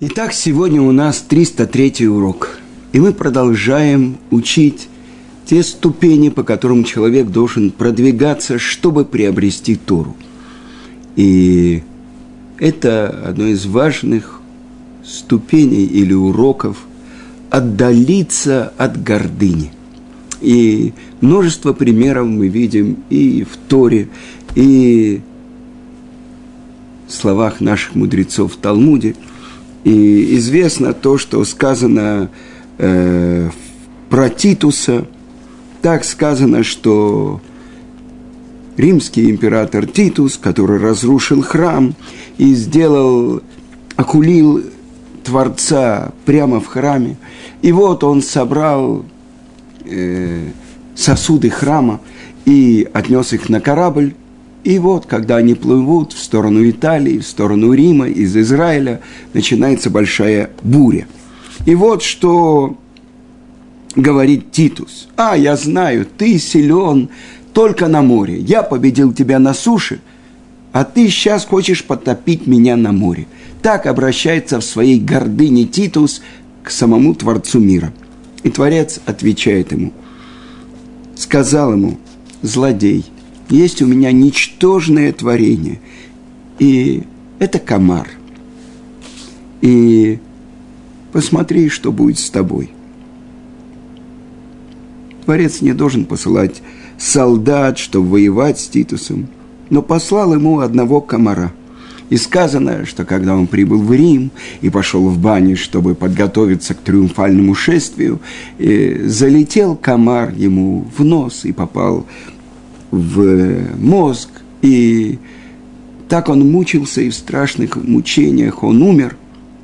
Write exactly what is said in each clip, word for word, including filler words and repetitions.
Итак, сегодня у нас триста третий урок, и мы продолжаем учить те ступени, по которым человек должен продвигаться, чтобы приобрести Тору. И это одно из важных ступеней или уроков – отдалиться от гордыни. И множество примеров мы видим и в Торе, и в словах наших мудрецов в Талмуде. И известно то, что сказано э, про Титуса. Так сказано, что римский император Титус, который разрушил храм и сделал, окулил Творца прямо в храме, и вот он собрал э, сосуды храма и отнес их на корабль. И вот, когда они плывут в сторону Италии, в сторону Рима, из Израиля, начинается большая буря. И вот что говорит Титус. «А, я знаю, ты силен только на море. Я победил тебя на суше, а ты сейчас хочешь потопить меня на море». Так обращается в своей гордыне Титус к самому Творцу мира. И Творец отвечает ему, сказал ему: «Злодей, есть у меня ничтожное творение, и это комар. И посмотри, что будет с тобой». Творец не должен посылать солдат, чтобы воевать с Титусом, но послал ему одного комара. И сказано, что когда он прибыл в Рим и пошел в баню, чтобы подготовиться к триумфальному шествию, залетел комар ему в нос и попал в мозг, и так он мучился, и в страшных мучениях он умер.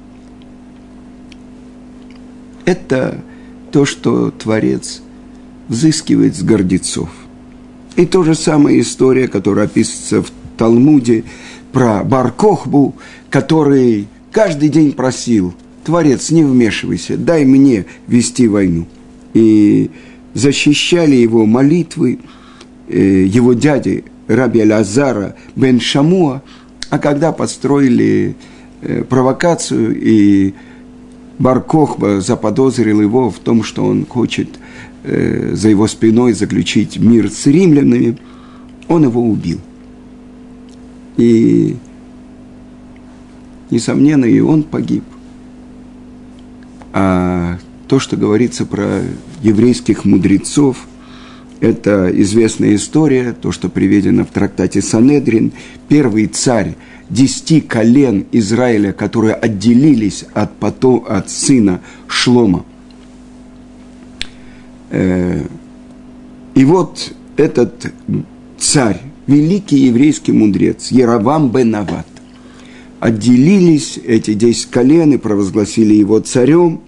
Это то, что Творец взыскивает с гордецов. И то же самая история, которая описывается в Талмуде про Бар-Кохбу, который каждый день просил: «Творец, не вмешивайся, дай мне вести войну». И защищали его молитвы его дяди Раби Элазара бен Шамуа, а когда подстроили провокацию, и Бар-Кохба заподозрил его в том, что он хочет за его спиной заключить мир с римлянами, он его убил. И, несомненно, и он погиб. А то, что говорится про еврейских мудрецов, это известная история, то, что приведено в трактате Санедрин. Первый царь десяти колен Израиля, которые отделились от, потом, от сына Шлома. И вот этот царь, великий еврейский мудрец, Яровам бен Нават, отделились эти десять колен и провозгласили его царем.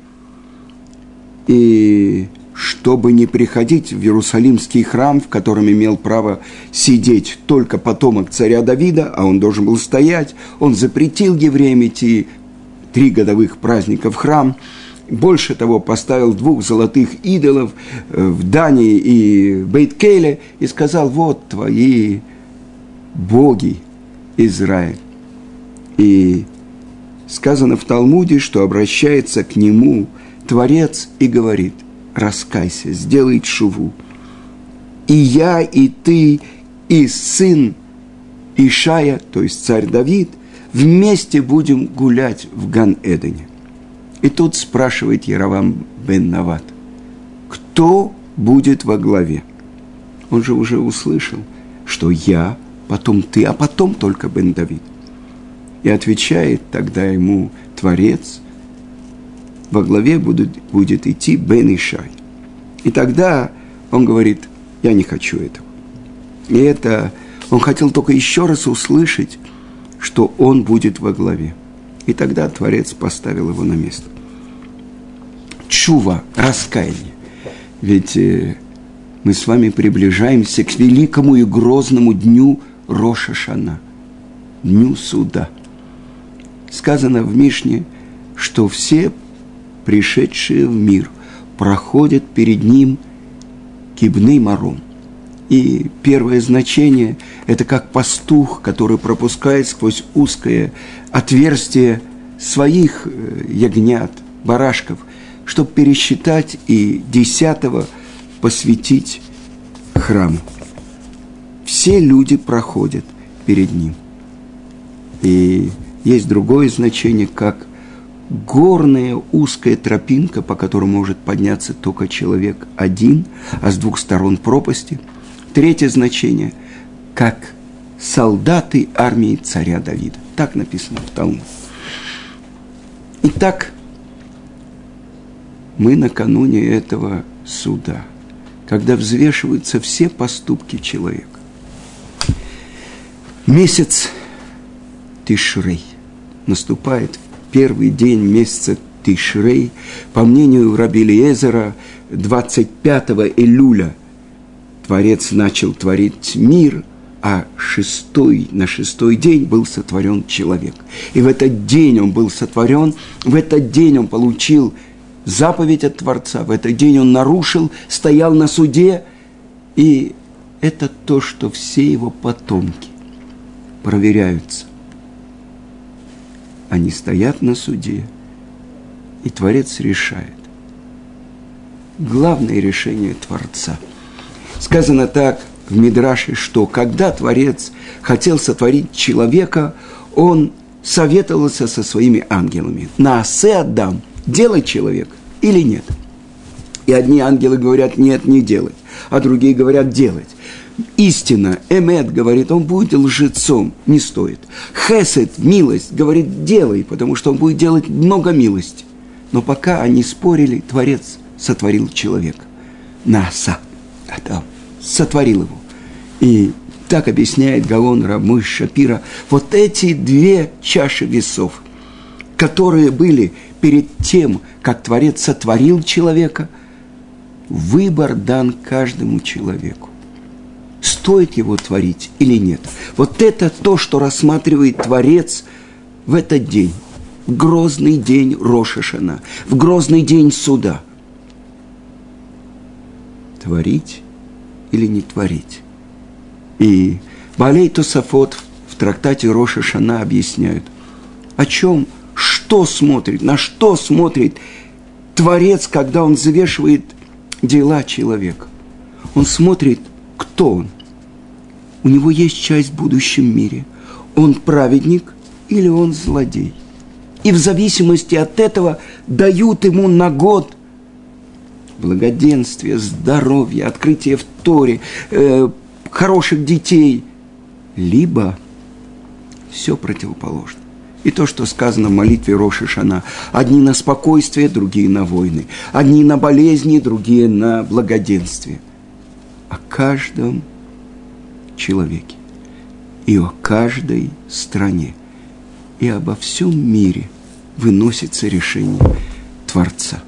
И чтобы не приходить в Иерусалимский храм, в котором имел право сидеть только потомок царя Давида, а он должен был стоять, он запретил евреям идти три годовых праздника в храм. Больше того, поставил двух золотых идолов в Дане и Бейт-Келе и сказал: «Вот твои боги, Израиль». И сказано в Талмуде, что обращается к нему Творец и говорит: «Раскайся, сделай тшуву. И я, и ты, и сын Ишая, то есть царь Давид, вместе будем гулять в Ган-Эдене». И тут спрашивает Яровам бен Нават: кто будет во главе? Он же уже услышал, что я, потом ты, а потом только бен Давид. И отвечает тогда ему Творец: во главе будет, будет идти бен Ишай. И тогда он говорит: я не хочу этого. И это он хотел только еще раз услышать, что он будет во главе. И тогда Творец поставил его на место. Тшува, раскаяние. Ведь э, мы с вами приближаемся к великому и грозному дню Рош ха-Шана, дню суда. Сказано в Мишне, что все пришедшие в мир проходят перед ним кибней маром. И первое значение – это как пастух, который пропускает сквозь узкое отверстие своих ягнят, барашков, чтобы пересчитать и десятого посвятить храму. Все люди проходят перед ним. И есть другое значение, как горная узкая тропинка, по которой может подняться только человек один, а с двух сторон пропасти. Третье значение, как солдаты армии царя Давида. Так написано в Талмуде. Итак, мы накануне этого суда, когда взвешиваются все поступки человека. Месяц Тишрей наступает, первый день месяца Тишрей, по мнению раби Элиезера, двадцать пятого Элюля Творец начал творить мир, а шестой, на шестой день был сотворен человек. И в этот день он был сотворен, в этот день он получил заповедь от Творца, в этот день он нарушил, стоял на суде, и это то, что все его потомки проверяются. Они стоят на суде, и Творец решает. Главное решение Творца. Сказано так в Мидраше, что когда Творец хотел сотворить человека, он советовался со своими ангелами. Наасе Адам, делай человека или нет? И одни ангелы говорят, нет, не делать, а другие говорят, делать. Истина, эмет, говорит, он будет лжецом, не стоит. Хесед, милость, говорит, делай, потому что он будет делать много милости. Но пока они спорили, Творец сотворил человека. Нааса, Адам, сотворил его. И так объясняет Гаон Рав Мойше Шапира, вот эти две чаши весов, которые были перед тем, как Творец сотворил человека, выбор дан каждому человеку. Стоит его творить или нет. Вот это то, что рассматривает Творец в этот день, в грозный день Рош ха-Шана, в грозный день суда. Творить или не творить? И Баалей Тосафот в трактате Рош ха-Шана объясняют, о чем, что смотрит, на что смотрит Творец, когда он взвешивает дела человека. Он смотрит, кто он. У него есть часть в будущем мире. Он праведник или он злодей. И в зависимости от этого дают ему на год благоденствие, здоровье, открытие в Торе, э, хороших детей. Либо все противоположно. И то, что сказано в молитве Рош ха-Шана. Одни на спокойствие, другие на войны. Одни на болезни, другие на благоденствие. О каждом человеке. И о каждой стране. И обо всем мире выносится решение Творца.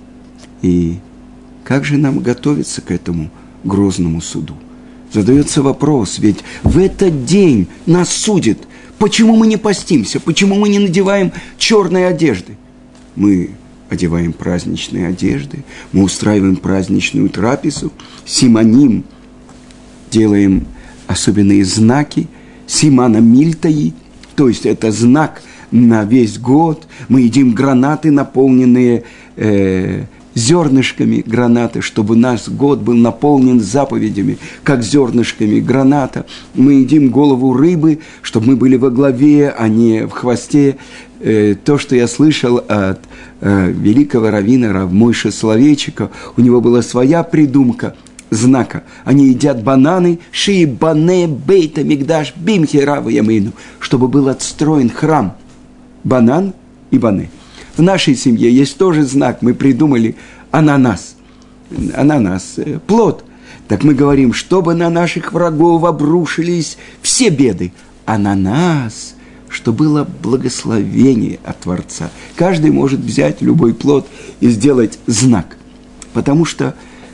И как же нам готовиться к этому грозному суду? Задается вопрос, ведь в этот день нас судят. Почему мы не постимся? Почему мы не надеваем черные одежды? Мы одеваем праздничные одежды, мы устраиваем праздничную трапезу, симоним, делаем особенные знаки, симана мильтаи, то есть это знак на весь год. Мы едим гранаты, наполненные э, зернышками гранаты, чтобы наш год был наполнен заповедями, как зернышками граната. Мы едим голову рыбы, чтобы мы были во главе, а не в хвосте. Э, то, что я слышал от э, великого раввина Рав Мойше Соловейчика, у него была своя придумка знака. Они едят бананы, шии бане бейта мигдаш бимхи рава ямейну, чтобы был отстроен храм. Банан и бане. В нашей семье есть тоже знак, мы придумали ананас. Ананас, плод. Так мы говорим, чтобы на наших врагов обрушились все беды. Ананас, что было благословение от Творца. Каждый может взять любой плод и сделать знак. Потому что,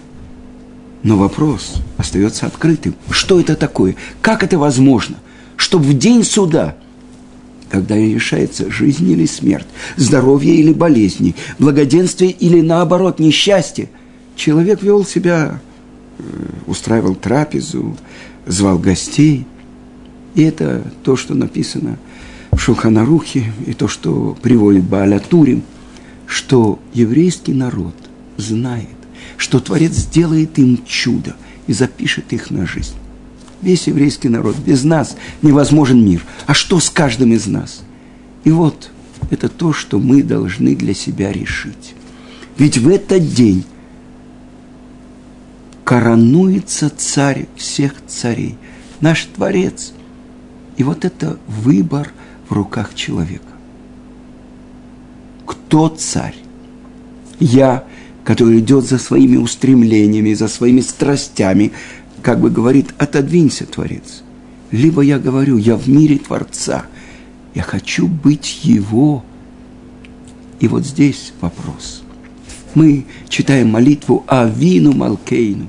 но вопрос остается открытым. Что это такое? Как это возможно? Чтобы в день суда, когда решается жизнь или смерть, здоровье или болезни, благоденствие или, наоборот, несчастье, человек вел себя, устраивал трапезу, звал гостей. И это то, что написано в Шулхан Арухе, и то, что приводит Бааль ха-Турим, что еврейский народ знает, что Творец сделает им чудо и запишет их на жизнь. Весь еврейский народ, без нас невозможен мир. А что с каждым из нас? И вот это то, что мы должны для себя решить. Ведь в этот день коронуется царь всех царей, наш Творец. И вот это выбор в руках человека. Кто царь? Я, который идет за своими устремлениями, за своими страстями, как бы говорит, отодвинься, Творец. Либо я говорю, я в мире Творца, я хочу быть Его. И вот здесь вопрос. Мы читаем молитву Авину Малкейну.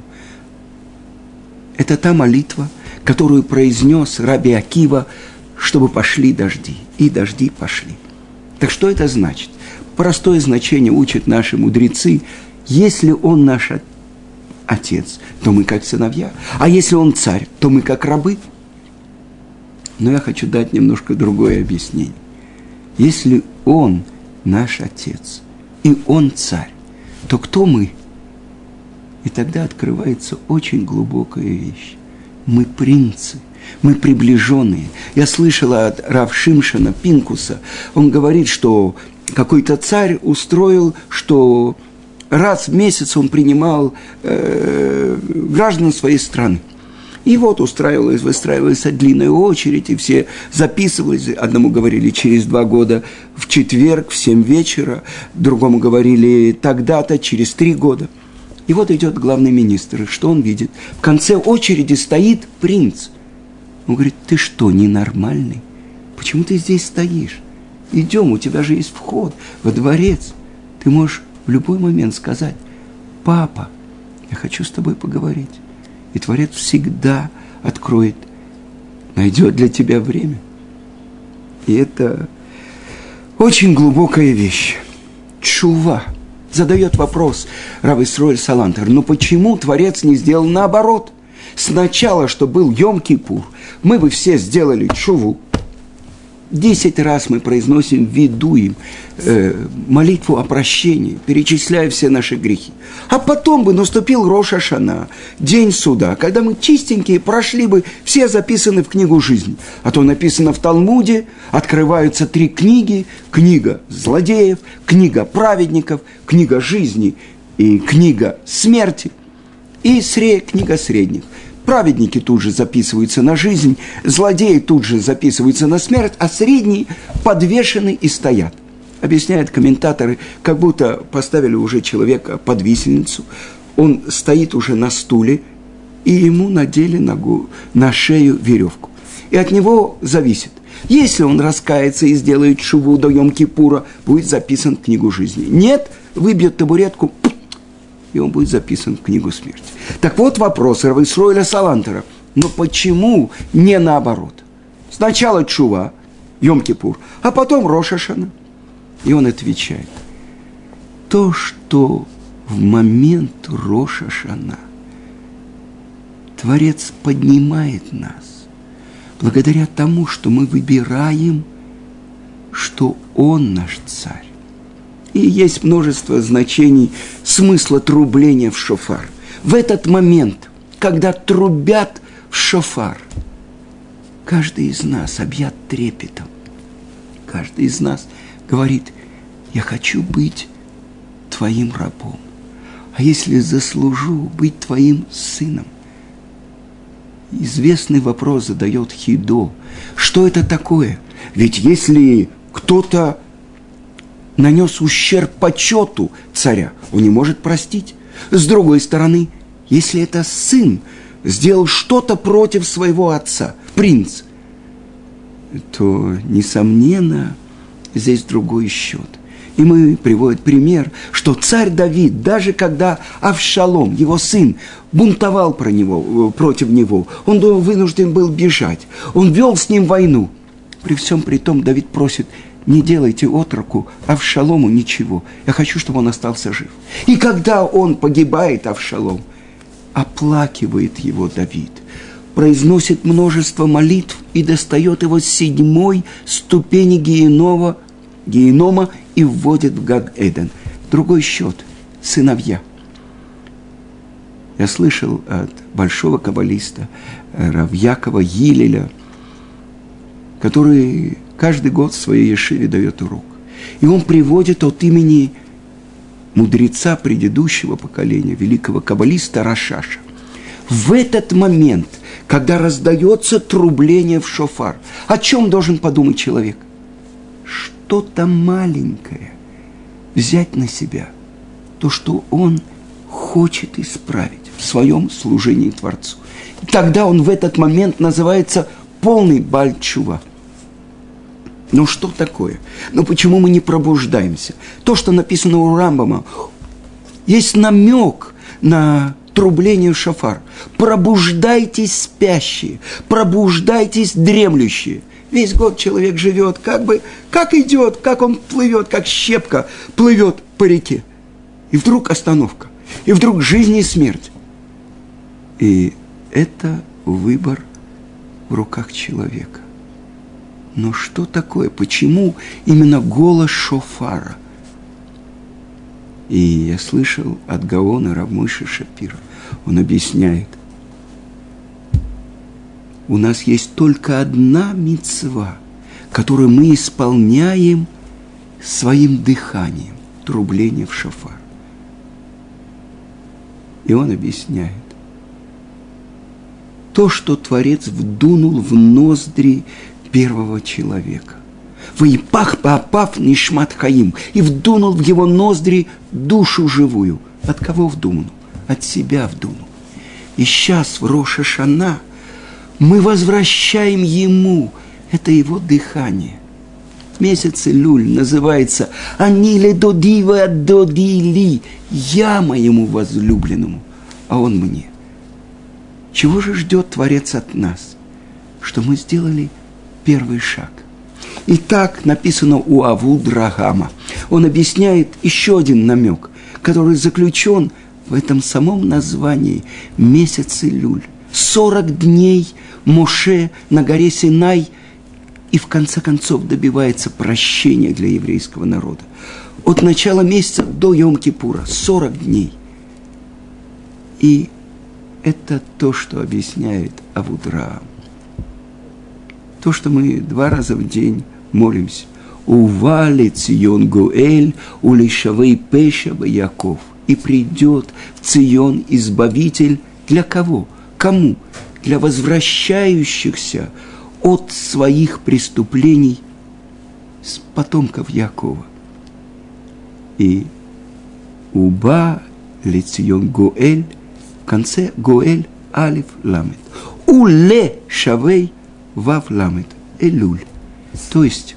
Это та молитва, которую произнес Раби Акива, чтобы пошли дожди. И дожди пошли. Так что это значит? Простое значение учат наши мудрецы. Если он наш отец, то мы как сыновья. А если он царь, то мы как рабы. Но я хочу дать немножко другое объяснение. Если он наш отец, и он царь, то кто мы? И тогда открывается очень глубокая вещь. Мы принцы, мы приближенные. Я слышала от рав Шимшона Пинкуса, он говорит, что какой-то царь устроил, что раз в месяц он принимал э, граждан своей страны. И вот устраивалась, выстраивалась длинная очередь, и все записывались. Одному говорили через два года в четверг в семь вечера, другому говорили тогда-то, через три года. И вот идет главный министр, и что он видит? В конце очереди стоит принц. Он говорит, ты что, ненормальный? Почему ты здесь стоишь? Идем, у тебя же есть вход во дворец. Ты можешь в любой момент сказать, папа, я хочу с тобой поговорить. И Творец всегда откроет, найдет для тебя время. И это очень глубокая вещь. Тшува. Задает вопрос рав Исроэль Салантер, но почему Творец не сделал наоборот? Сначала, что был Йом-Кипур, мы бы все сделали тшуву. Десять раз мы произносим, видуем э, молитву о прощении, перечисляя все наши грехи. А потом бы наступил Рош ха-Шана, день суда, когда мы чистенькие прошли бы, все записаны в книгу жизни. А то написано в Талмуде, открываются три книги, книга злодеев, книга праведников, книга жизни и книга смерти, и сре, книга средних. Праведники тут же записываются на жизнь, злодеи тут же записываются на смерть, а средние подвешены и стоят. Объясняют комментаторы, как будто поставили уже человека под висельницу, он стоит уже на стуле, и ему надели ногу, на шею веревку. И от него зависит. Если он раскается и сделает шуву до Йом-Кипура, будет записан в книгу жизни. Нет, выбьет табуретку, и он будет записан в книгу смерти. Так вот вопрос рав Исроэля Салантера. Но почему не наоборот? Сначала тшува, Йом-Кипур, а потом Рош ха-Шана. И он отвечает. То, что в момент Рош ха-Шана Творец поднимает нас, благодаря тому, что мы выбираем, что Он наш царь. И есть множество значений смысла трубления в шофар. В этот момент, когда трубят в шофар, каждый из нас объят трепетом. Каждый из нас говорит, я хочу быть твоим рабом. А если заслужу быть твоим сыном? Известный вопрос задает Хидо. Что это такое? Ведь если кто-то нанес ущерб почету царя, он не может простить. С другой стороны, если это сын сделал что-то против своего отца, принц, то, несомненно, здесь другой счет. И мы приводим пример, что царь Давид, даже когда Авшалом, его сын, бунтовал про него, против него, он вынужден был бежать, он вел с ним войну. При всем при том Давид просит, не делайте отроку Авшалому ничего. Я хочу, чтобы он остался жив. И когда он погибает, Авшалом, оплакивает его Давид, произносит множество молитв и достает его с седьмой ступени генома, генома и вводит в Ган-Эден. Другой счет – сыновья. Я слышал от большого каббалиста Рав Якова Гилеля, который каждый год в своей ешиве дает урок. И он приводит от имени мудреца предыдущего поколения, великого каббалиста Рашаша. В этот момент, когда раздается трубление в шофар, о чем должен подумать человек? Что-то маленькое взять на себя, то, что он хочет исправить в своем служении Творцу. И тогда он в этот момент называется полный Бааль Тшува. Ну что такое? Ну почему мы не пробуждаемся? То, что написано у Рамбама, есть намек на трубление в шофар. Пробуждайтесь, спящие, пробуждайтесь, дремлющие. Весь год человек живет, как бы, как идет, как он плывет, как щепка плывет по реке. И вдруг остановка, и вдруг жизнь и смерть. И это выбор в руках человека. Но что такое? Почему именно голос шофара? И я слышал от Гаона Рав Мойше Шапира. Он объясняет. У нас есть только одна мицва, которую мы исполняем своим дыханием. Трубление в шофар. И он объясняет. То, что Творец вдунул в ноздри первого человека. «Ваипах паапав нишмат хаим» и вдунул в его ноздри душу живую. От кого вдунул? От себя вдунул. И сейчас в Рош ха-Шана мы возвращаем ему, это его дыхание. Месяц Элуль называется «Ани ле доди ва доди ли», я моему возлюбленному, а он мне. Чего же ждет Творец от нас? Что мы сделали первый шаг. И так написано у Авуд Рахама. Он объясняет еще один намек, который заключен в этом самом названии месяц Элуль. Сорок дней Моше на горе Синай и в конце концов добивается прощения для еврейского народа. От начала месяца до Йом-Кипура сорок дней. И это то, что объясняет Авуд Рахам. То, что мы два раза в день молимся. «Ували Цион Гоэль, улишавей пеша Яков». И придет в Цион Избавитель для кого? Кому? Для возвращающихся от своих преступлений с потомков Якова. И «Уба Цион Гоэль», в конце Гоэль, Алиф, Ламет. «Уле Шавей» Вав Ламет, Элуль. То есть,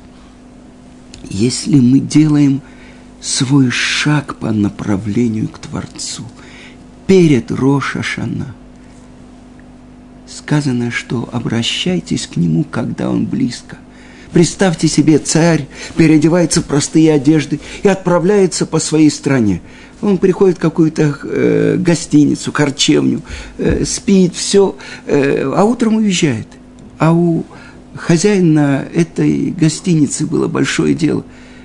если мы делаем свой шаг по направлению к Творцу перед Рош ха-Шана, сказано, что обращайтесь к нему, когда он близко. Представьте себе, царь переодевается в простые одежды и отправляется по своей стране. Он приходит в какую-то э, гостиницу, харчевню, э, спит, все, э, а утром уезжает. А у хозяина этой гостиницы было большое дело.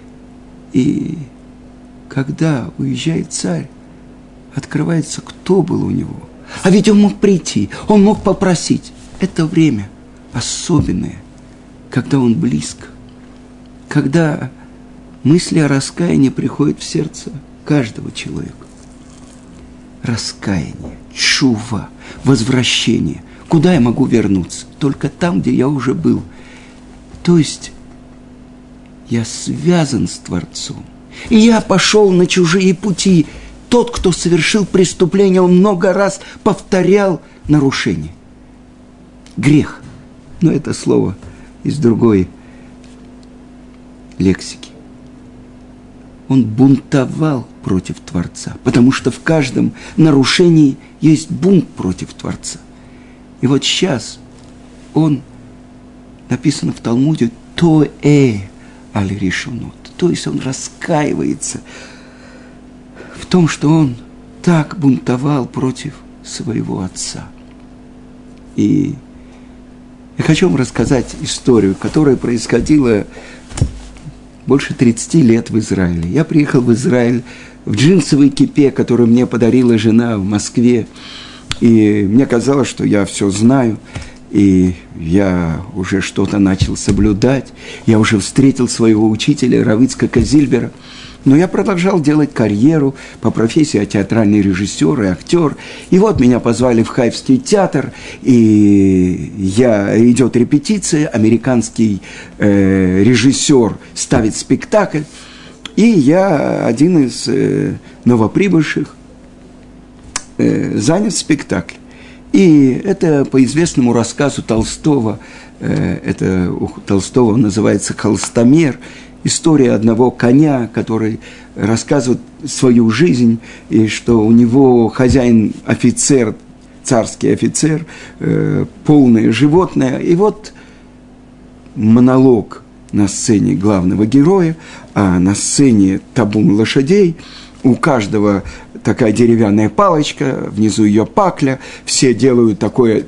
И когда уезжает царь, открывается, кто был у него. А ведь он мог прийти, он мог попросить. Это время особенное, когда он близко. Когда мысли о раскаянии приходят в сердце каждого человека. Раскаяние, тшува, возвращение. Куда я могу вернуться? Только там, где я уже был. То есть я связан с Творцом. И я пошел на чужие пути. Тот, кто совершил преступление, он много раз повторял нарушение. Грех. Но это слово из другой лексики. Он бунтовал против Творца, потому что в каждом нарушении есть бунт против Творца. И вот сейчас он, написано в Талмуде, «Тоэ аль-ришунот», то есть он раскаивается в том, что он так бунтовал против своего отца. И Я хочу вам рассказать историю, которая происходила больше тридцати лет в Израиле. Я приехал в Израиль в джинсовой кипе, которую мне подарила жена в Москве. И мне казалось, что я все знаю, и я уже что-то начал соблюдать. Я уже встретил своего учителя Рав Ицхака Зильбера. Но я продолжал делать карьеру по профессии, я театральный режиссер и актер. И вот меня позвали в Хайфский театр, и я, идет репетиция, американский э, режиссер ставит спектакль, и я один из э, новоприбывших э, занят в спектакле. И это по известному рассказу Толстого, э, это у Толстого называется «Холстомер», история одного коня, который рассказывает свою жизнь, и что у него хозяин офицер, царский офицер, э, полное животное. И вот монолог на сцене главного героя, а на сцене табун лошадей, у каждого такая деревянная палочка, внизу ее пакля, все делают такой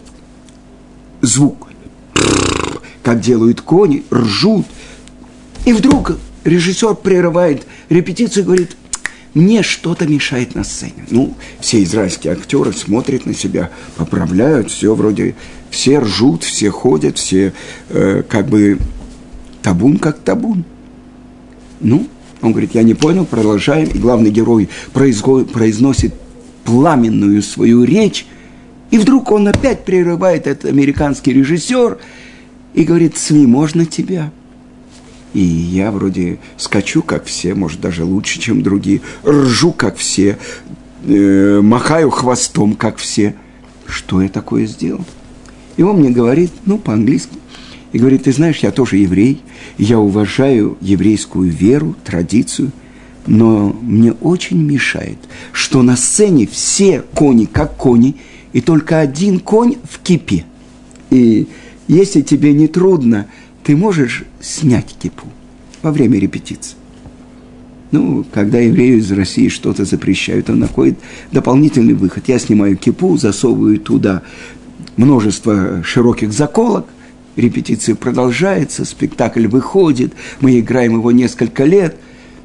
звук, как делают кони, ржут. И вдруг режиссер прерывает репетицию и говорит: мне что-то мешает на сцене. Ну, все израильские актеры смотрят на себя, поправляют, все вроде, все ржут, все ходят, все э, как бы табун как табун. Ну, он говорит: я не понял, продолжаем. И главный герой произносит пламенную свою речь, и вдруг он опять прерывает, этот американский режиссер, и говорит: Сви, можно тебя? И я вроде скачу, как все, может, даже лучше, чем другие, ржу, как все, э, махаю хвостом, как все. Что я такое сделал? И он мне говорит, ну, по-английски, и говорит: ты знаешь, я тоже еврей, я уважаю еврейскую веру, традицию, но мне очень мешает, что на сцене все кони как кони, и только один конь в кипе. И если тебе не трудно, ты можешь снять кипу во время репетиции. Ну, когда еврею из России что-то запрещают, он находит дополнительный выход. Я снимаю кипу, засовываю туда множество широких заколок, репетиция продолжается, спектакль выходит, мы играем его несколько лет.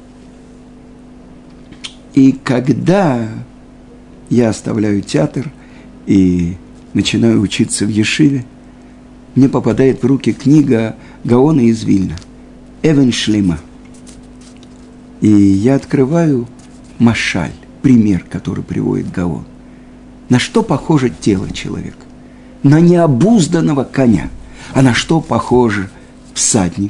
И когда я оставляю театр и начинаю учиться в Ешиве, мне попадает в руки книга Гаона из Вильна «Эвен Шлема». И я открываю машаль, пример, который приводит Гаон. На что похоже тело человека? На необузданного коня. А на что похож всадник?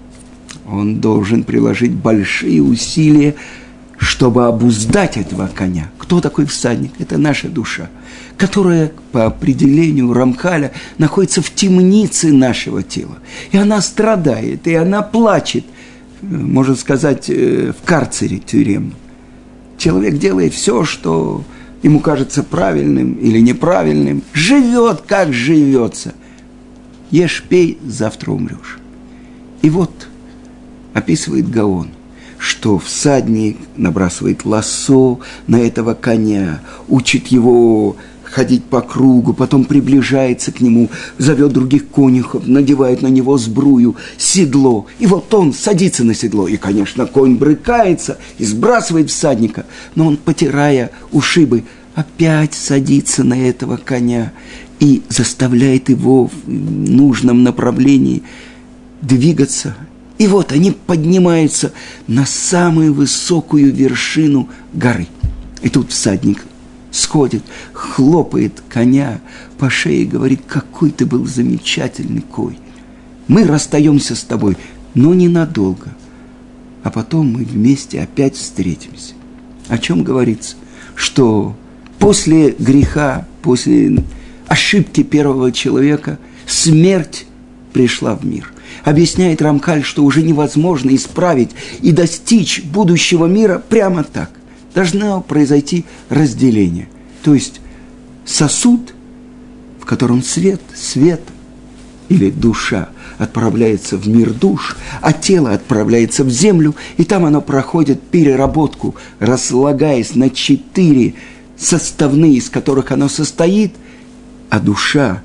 Он должен приложить большие усилия, чтобы обуздать этого коня. Кто такой всадник? Это наша душа, которая по определению Рамхаля находится в темнице нашего тела. И она страдает, и она плачет, можно сказать, в карцере тюремном. Человек делает все, что ему кажется правильным или неправильным, живет, как живется. Ешь, пей, завтра умрешь. И вот описывает Гаон, что всадник набрасывает лассо на этого коня, учит его ходить по кругу, потом приближается к нему, зовет других конюхов, надевает на него сбрую, седло. И вот он садится на седло, и, конечно, конь брыкается и сбрасывает всадника, но он, потирая ушибы, опять садится на этого коня и заставляет его в нужном направлении двигаться. И вот они поднимаются на самую высокую вершину горы. И тут всадник сходит, хлопает коня по шее и говорит: какой ты был замечательный конь. Мы расстаемся с тобой, но ненадолго. А потом мы вместе опять встретимся. О чем говорится? Что после греха, после ошибки первого человека смерть пришла в мир. Объясняет Рамхаль, что уже невозможно исправить и достичь будущего мира прямо так. Должно произойти разделение. То есть сосуд, в котором свет, свет или душа отправляется в мир душ, а тело отправляется в землю, и там оно проходит переработку, разлагаясь на четыре составные, из которых оно состоит, а душа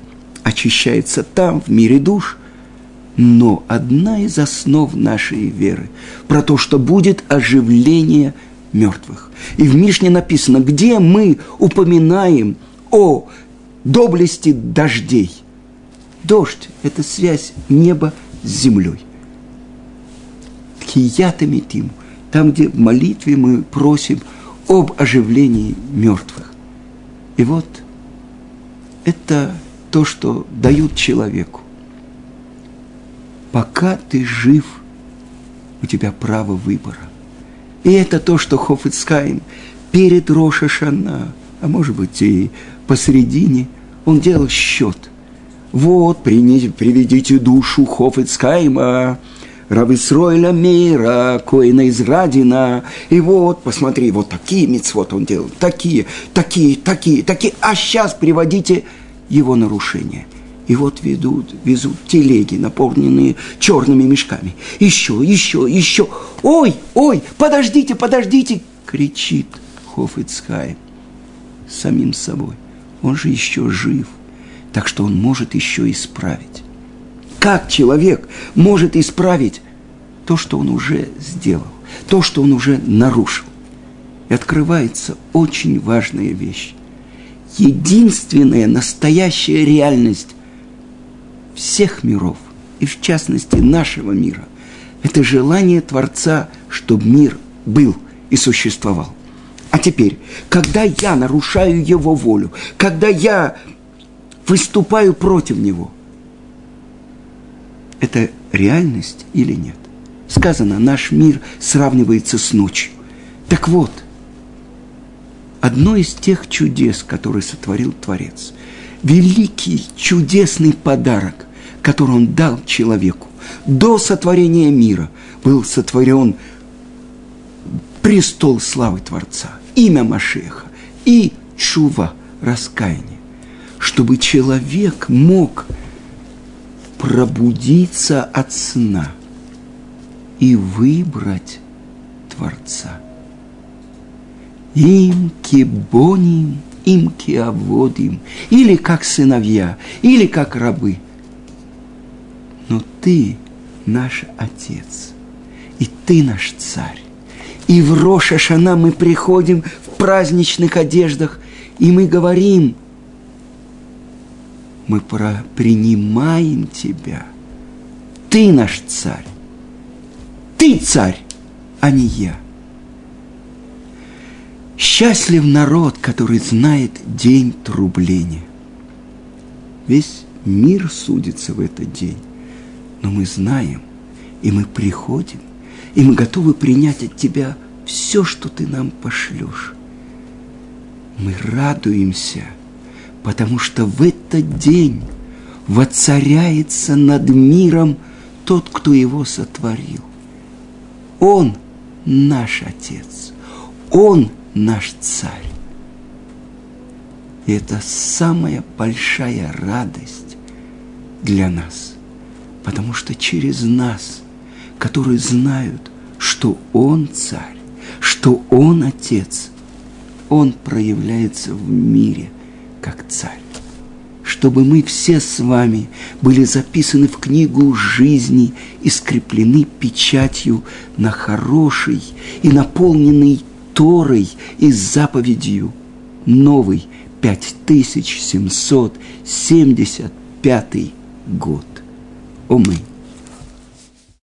очищается там, в мире душ. Но одна из основ нашей веры про то, что будет оживление мертвых. И в Мишне написано, где мы упоминаем о доблести дождей. Дождь – это связь неба с землей. Тхиятами тим, там, где в молитве мы просим об оживлении мертвых. И вот это то, что дают человеку. Пока ты жив, у тебя право выбора. И это то, что Хафец Хаим перед Рош ха-Шана, а может быть и посередине, он делал счет. Вот, приведите душу Хафец Хаима, Рав Исроэля Мейра, Коэна из Радина, и вот, посмотри, вот такие мицвот он делал, такие, такие, такие, такие, а сейчас приводите его нарушения. И вот ведут, везут телеги, наполненные черными мешками. Еще, еще, еще. Ой, ой, подождите, подождите, кричит Хафец Хаим самим собой. Он же еще жив, так что он может еще исправить. Как человек может исправить то, что он уже сделал, то, что он уже нарушил? И открывается очень важная вещь. Единственная настоящая реальность всех миров, и в частности нашего мира, это желание Творца, чтобы мир был и существовал. А теперь, когда я нарушаю его волю, когда я выступаю против него, это реальность или нет? Сказано, наш мир сравнивается с ночью. Так вот, одно из тех чудес, которые сотворил Творец, великий чудесный подарок, который он дал человеку. До сотворения мира был сотворен престол славы Творца, имя Машеха и тшува, раскаяние, чтобы человек мог пробудиться от сна и выбрать Творца. Им кибоним, им киаводим, или как сыновья, или как рабы. Но ты наш Отец, и ты наш Царь. И в Рош ха-Шана мы приходим в праздничных одеждах, и мы говорим, мы про- принимаем тебя. Ты наш Царь. Ты Царь, а не я. Счастлив народ, который знает день трубления. Весь мир судится в этот день. Но мы знаем, и мы приходим, и мы готовы принять от тебя все, что ты нам пошлешь. Мы радуемся, потому что в этот день воцаряется над миром тот, кто его сотворил. Он наш Отец, Он наш Царь. И это самая большая радость для нас. Потому что через нас, которые знают, что Он Царь, что Он Отец, Он проявляется в мире как Царь. Чтобы мы все с вами были записаны в книгу жизни и скреплены печатью на хороший и наполненный Торой и заповедью новый пять тысяч семьсот семьдесят пятый год. Аминь.